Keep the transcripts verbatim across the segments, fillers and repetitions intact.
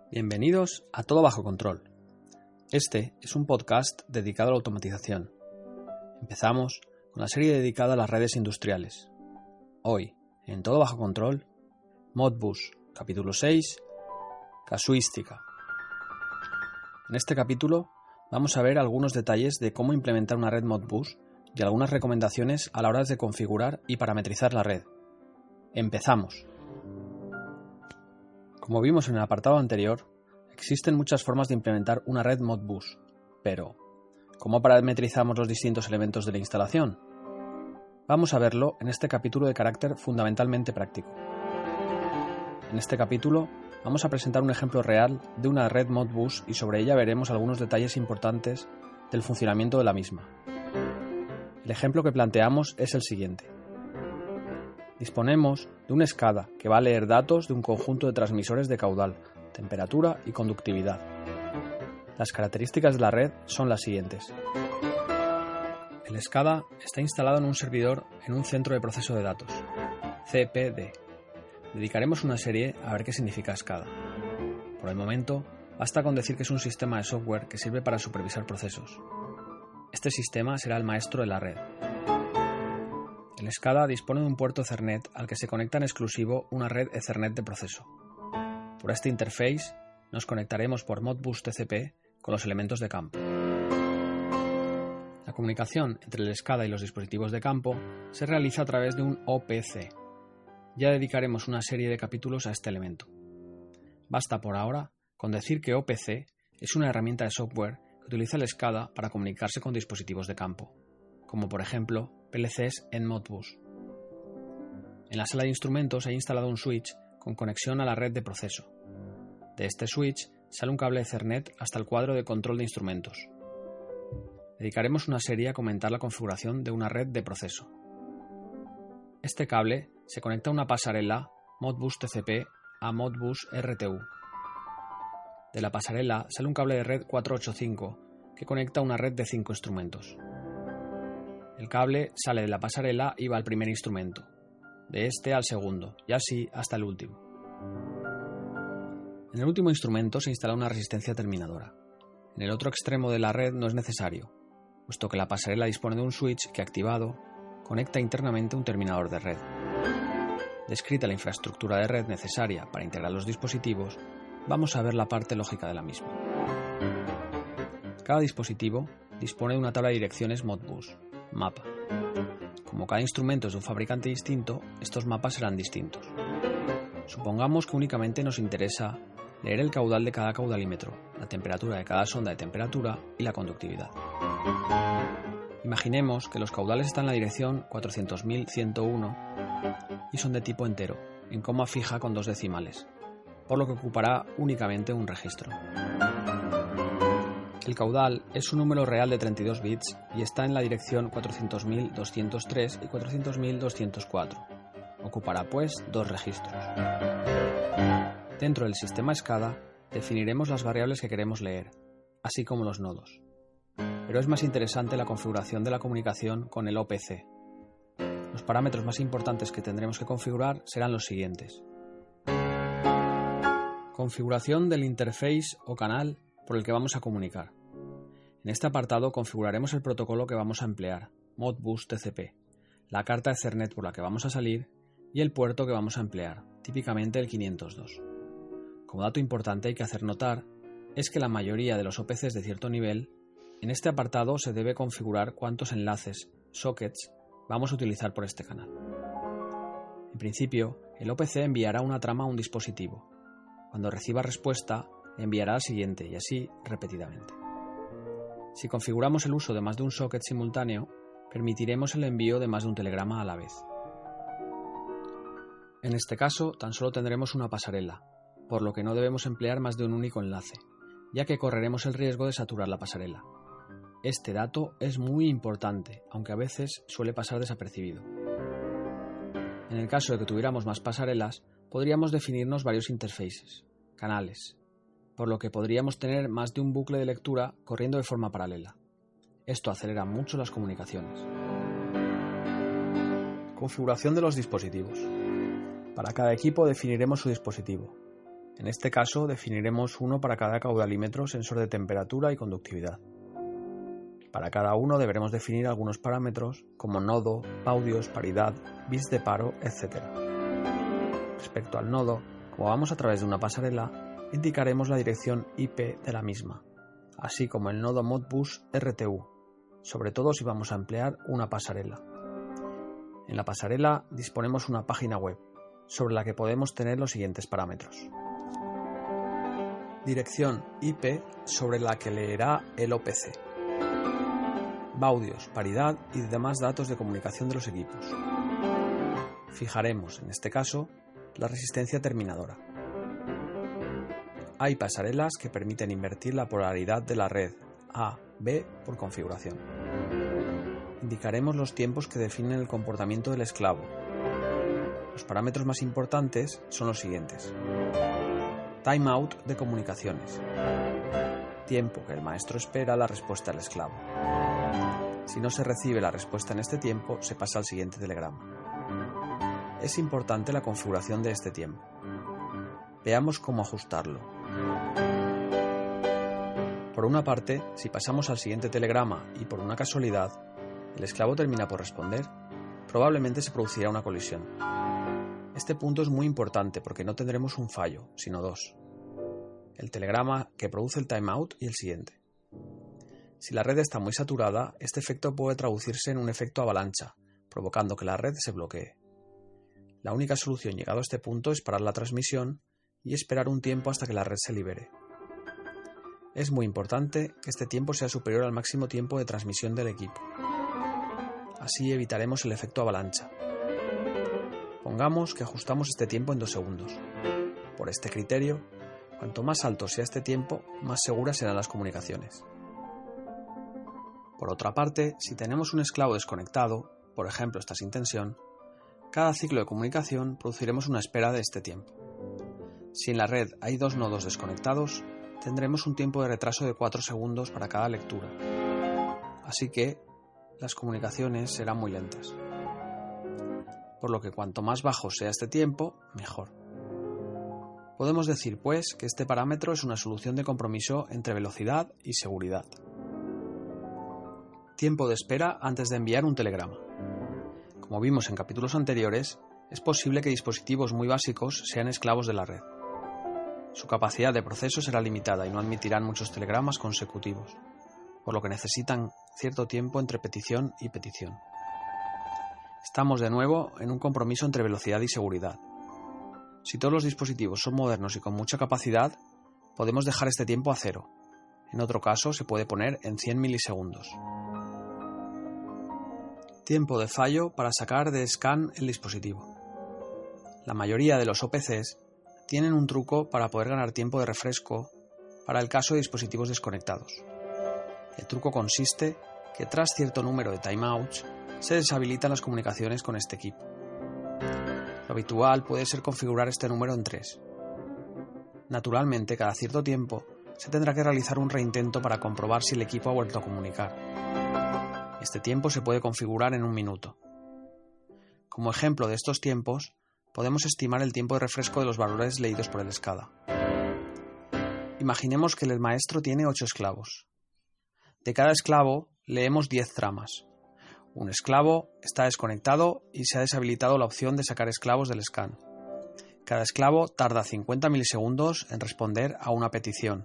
Bienvenidos a Todo Bajo Control. Este es un podcast dedicado a la automatización. Empezamos con la serie dedicada a las redes industriales. Hoy, en Todo Bajo Control, Modbus, capítulo seis, casuística. En este capítulo vamos a ver algunos detalles de cómo implementar una red Modbus y algunas recomendaciones a la hora de configurar y parametrizar la red. Empezamos. Como vimos en el apartado anterior, existen muchas formas de implementar una red Modbus, pero ¿cómo parametrizamos los distintos elementos de la instalación? Vamos a verlo en este capítulo de carácter fundamentalmente práctico. En este capítulo vamos a presentar un ejemplo real de una red Modbus y sobre ella veremos algunos detalles importantes del funcionamiento de la misma. El ejemplo que planteamos es el siguiente. Disponemos de un SCADA que va a leer datos de un conjunto de transmisores de caudal, temperatura y conductividad. Las características de la red son las siguientes. El SCADA está instalado en un servidor en un centro de proceso de datos, C P D. Dedicaremos una serie a ver qué significa SCADA. Por el momento, basta con decir que es un sistema de software que sirve para supervisar procesos. Este sistema será el maestro de la red. El SCADA dispone de un puerto Ethernet al que se conecta en exclusivo una red Ethernet de proceso. Por este interface nos conectaremos por Modbus T C P con los elementos de campo. La comunicación entre el SCADA y los dispositivos de campo se realiza a través de un O P C. Ya dedicaremos una serie de capítulos a este elemento. Basta por ahora con decir que O P C es una herramienta de software que utiliza el SCADA para comunicarse con dispositivos de campo, como por ejemplo P L Cs en Modbus. En la sala de instrumentos he instalado un switch con conexión a la red de proceso. De este switch sale un cable Ethernet hasta el cuadro de control de instrumentos. Dedicaremos una serie a comentar la configuración de una red de proceso. Este cable se conecta a una pasarela Modbus T C P a Modbus R T U. De la pasarela sale un cable de red cuatrocientos ochenta y cinco que conecta a una red de cinco instrumentos. El cable sale de la pasarela y va al primer instrumento, de este al segundo, y así hasta el último. En el último instrumento se instala una resistencia terminadora. En el otro extremo de la red no es necesario, puesto que la pasarela dispone de un switch que, activado, conecta internamente un terminador de red. Descrita la infraestructura de red necesaria para integrar los dispositivos, vamos a ver la parte lógica de la misma. Cada dispositivo dispone de una tabla de direcciones Modbus, mapa. Como cada instrumento es de un fabricante distinto, estos mapas serán distintos. Supongamos que únicamente nos interesa leer el caudal de cada caudalímetro, la temperatura de cada sonda de temperatura y la conductividad. Imaginemos que los caudales están en la dirección cuatrocientos mil ciento uno y son de tipo entero, en coma fija con dos decimales, por lo que ocupará únicamente un registro. El caudal es un número real de treinta y dos bits y está en la dirección cuatrocientos mil doscientos tres y cuatrocientos mil doscientos cuatro. Ocupará pues dos registros. Dentro del sistema SCADA definiremos las variables que queremos leer, así como los nodos. Pero es más interesante la configuración de la comunicación con el O P C. Los parámetros más importantes que tendremos que configurar serán los siguientes. Configuración del interface o canal por el que vamos a comunicar. En este apartado configuraremos el protocolo que vamos a emplear, Modbus T C P, la carta Ethernet por la que vamos a salir y el puerto que vamos a emplear, típicamente el quinientos dos. Como dato importante hay que hacer notar es que la mayoría de los O P Cs de cierto nivel, en este apartado se debe configurar cuántos enlaces, sockets, vamos a utilizar por este canal. En principio, el O P C enviará una trama a un dispositivo. Cuando reciba respuesta, enviará al siguiente y así repetidamente. Si configuramos el uso de más de un socket simultáneo, permitiremos el envío de más de un telegrama a la vez. En este caso, tan solo tendremos una pasarela, por lo que no debemos emplear más de un único enlace, ya que correremos el riesgo de saturar la pasarela. Este dato es muy importante, aunque a veces suele pasar desapercibido. En el caso de que tuviéramos más pasarelas, podríamos definirnos varios interfaces, canales, por lo que podríamos tener más de un bucle de lectura corriendo de forma paralela. Esto acelera mucho las comunicaciones. Configuración de los dispositivos. Para cada equipo definiremos su dispositivo. En este caso definiremos uno para cada caudalímetro sensor de temperatura y conductividad. Para cada uno deberemos definir algunos parámetros como nodo, baudios, paridad, bits de paro, etcétera. Respecto al nodo, como vamos a través de una pasarela, indicaremos la dirección I P de la misma, así como el nodo Modbus R T U, sobre todo si vamos a emplear una pasarela. En la pasarela disponemos una página web, sobre la que podemos tener los siguientes parámetros. Dirección I P sobre la que leerá el O P C. Baudios, paridad y demás datos de comunicación de los equipos. Fijaremos, en este caso, la resistencia terminadora. Hay pasarelas que permiten invertir la polaridad de la red A B por configuración. Indicaremos los tiempos que definen el comportamiento del esclavo. Los parámetros más importantes son los siguientes. Timeout de comunicaciones. Tiempo que el maestro espera la respuesta del esclavo. Si no se recibe la respuesta en este tiempo, se pasa al siguiente telegrama. Es importante la configuración de este tiempo. Veamos cómo ajustarlo. Por una parte, si pasamos al siguiente telegrama y por una casualidad, el esclavo termina por responder, probablemente se producirá una colisión. Este punto es muy importante porque no tendremos un fallo, sino dos. El telegrama que produce el timeout y el siguiente. Si la red está muy saturada, este efecto puede traducirse en un efecto avalancha, provocando que la red se bloquee. La única solución llegado a este punto es parar la transmisión y esperar un tiempo hasta que la red se libere. Es muy importante que este tiempo sea superior al máximo tiempo de transmisión del equipo. Así evitaremos el efecto avalancha. Pongamos que ajustamos este tiempo en dos segundos. Por este criterio, cuanto más alto sea este tiempo, más seguras serán las comunicaciones. Por otra parte, si tenemos un esclavo desconectado, por ejemplo está sin tensión, cada ciclo de comunicación produciremos una espera de este tiempo. Si en la red hay dos nodos desconectados, tendremos un tiempo de retraso de cuatro segundos para cada lectura. Así que las comunicaciones serán muy lentas. Por lo que cuanto más bajo sea este tiempo, mejor. Podemos decir, pues, que este parámetro es una solución de compromiso entre velocidad y seguridad. Tiempo de espera antes de enviar un telegrama. Como vimos en capítulos anteriores, es posible que dispositivos muy básicos sean esclavos de la red. Su capacidad de proceso será limitada y no admitirán muchos telegramas consecutivos, por lo que necesitan cierto tiempo entre petición y petición. Estamos de nuevo en un compromiso entre velocidad y seguridad. Si todos los dispositivos son modernos y con mucha capacidad, podemos dejar este tiempo a cero. En otro caso, se puede poner en cien milisegundos. Tiempo de fallo para sacar de scan el dispositivo. La mayoría de los O P Cs tienen un truco para poder ganar tiempo de refresco para el caso de dispositivos desconectados. El truco consiste que tras cierto número de timeouts se deshabilitan las comunicaciones con este equipo. Lo habitual puede ser configurar este número en tres. Naturalmente, cada cierto tiempo se tendrá que realizar un reintento para comprobar si el equipo ha vuelto a comunicar. Este tiempo se puede configurar en un minuto. Como ejemplo de estos tiempos, podemos estimar el tiempo de refresco de los valores leídos por el SCADA. Imaginemos que el maestro tiene ocho esclavos. De cada esclavo leemos diez tramas. Un esclavo está desconectado y se ha deshabilitado la opción de sacar esclavos del scan. Cada esclavo tarda cincuenta milisegundos en responder a una petición.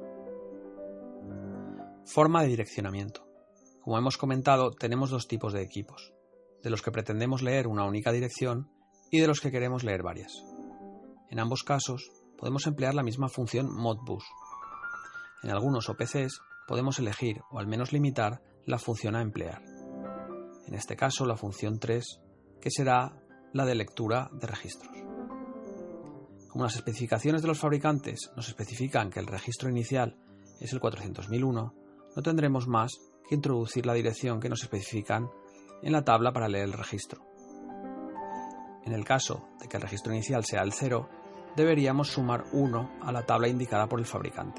Forma de direccionamiento. Como hemos comentado, tenemos dos tipos de equipos, de los que pretendemos leer una única dirección y de los que queremos leer varias. En ambos casos, podemos emplear la misma función Modbus. En algunos O P Cs podemos elegir, o al menos limitar, la función a emplear. En este caso, la función tres, que será la de lectura de registros. Como las especificaciones de los fabricantes nos especifican que el registro inicial es el cuatrocientos mil uno, no tendremos más que introducir la dirección que nos especifican en la tabla para leer el registro. En el caso de que el registro inicial sea el cero, deberíamos sumar uno a la tabla indicada por el fabricante.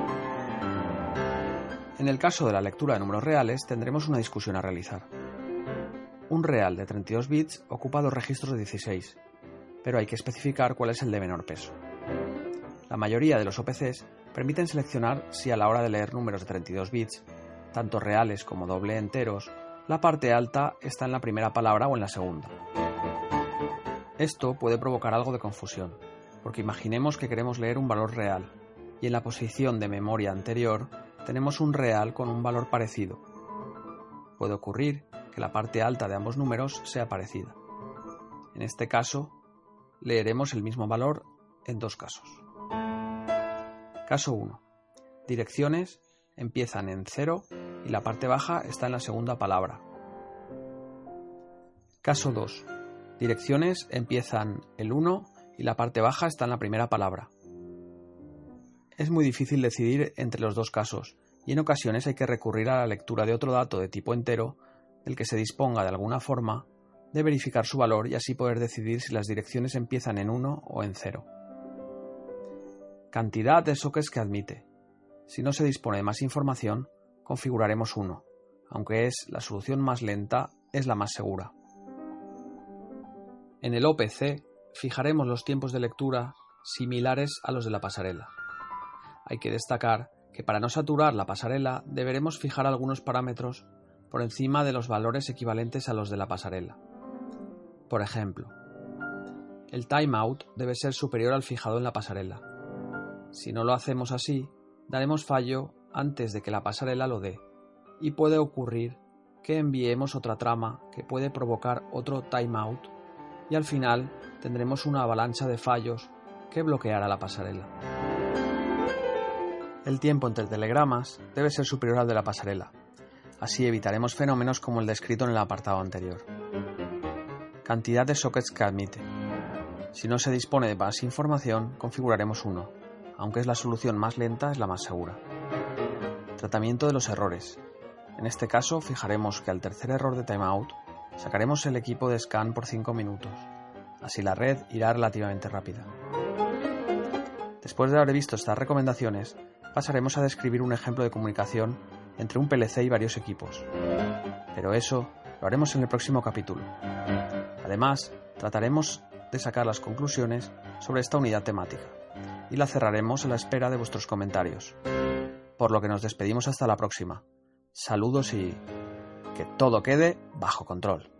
En el caso de la lectura de números reales, tendremos una discusión a realizar. Un real de treinta y dos bits ocupa dos registros de dieciséis, pero hay que especificar cuál es el de menor peso. La mayoría de los O P Cs permiten seleccionar si a la hora de leer números de treinta y dos bits, tanto reales como doble enteros, la parte alta está en la primera palabra o en la segunda. Esto puede provocar algo de confusión, porque imaginemos que queremos leer un valor real, y en la posición de memoria anterior tenemos un real con un valor parecido. Puede ocurrir que la parte alta de ambos números sea parecida. En este caso, leeremos el mismo valor en dos casos. Caso uno. Direcciones empiezan en cero y la parte baja está en la segunda palabra. Caso dos. Direcciones empiezan el uno y la parte baja está en la primera palabra. Es muy difícil decidir entre los dos casos y en ocasiones hay que recurrir a la lectura de otro dato de tipo entero del que se disponga de alguna forma de verificar su valor y así poder decidir si las direcciones empiezan en uno o en cero. Cantidad de sockets que admite. Si no se dispone de más información, configuraremos uno, aunque es la solución más lenta, es la más segura. En el O P C fijaremos los tiempos de lectura similares a los de la pasarela. Hay que destacar que para no saturar la pasarela deberemos fijar algunos parámetros por encima de los valores equivalentes a los de la pasarela. Por ejemplo, el timeout debe ser superior al fijado en la pasarela. Si no lo hacemos así, daremos fallo antes de que la pasarela lo dé, y puede ocurrir que enviemos otra trama que puede provocar otro timeout, y al final tendremos una avalancha de fallos que bloqueará la pasarela. El tiempo entre telegramas debe ser superior al de la pasarela, así evitaremos fenómenos como el descrito en el apartado anterior. Cantidad de sockets que admite. Si no se dispone de más información, configuraremos uno, aunque es la solución más lenta, es la más segura. Tratamiento de los errores. En este caso, fijaremos que al tercer error de timeout, sacaremos el equipo de scan por cinco minutos. Así la red irá relativamente rápida. Después de haber visto estas recomendaciones, pasaremos a describir un ejemplo de comunicación entre un P L C y varios equipos. Pero eso lo haremos en el próximo capítulo. Además, trataremos de sacar las conclusiones sobre esta unidad temática y la cerraremos a la espera de vuestros comentarios. Por lo que nos despedimos hasta la próxima. Saludos y que todo quede bajo control.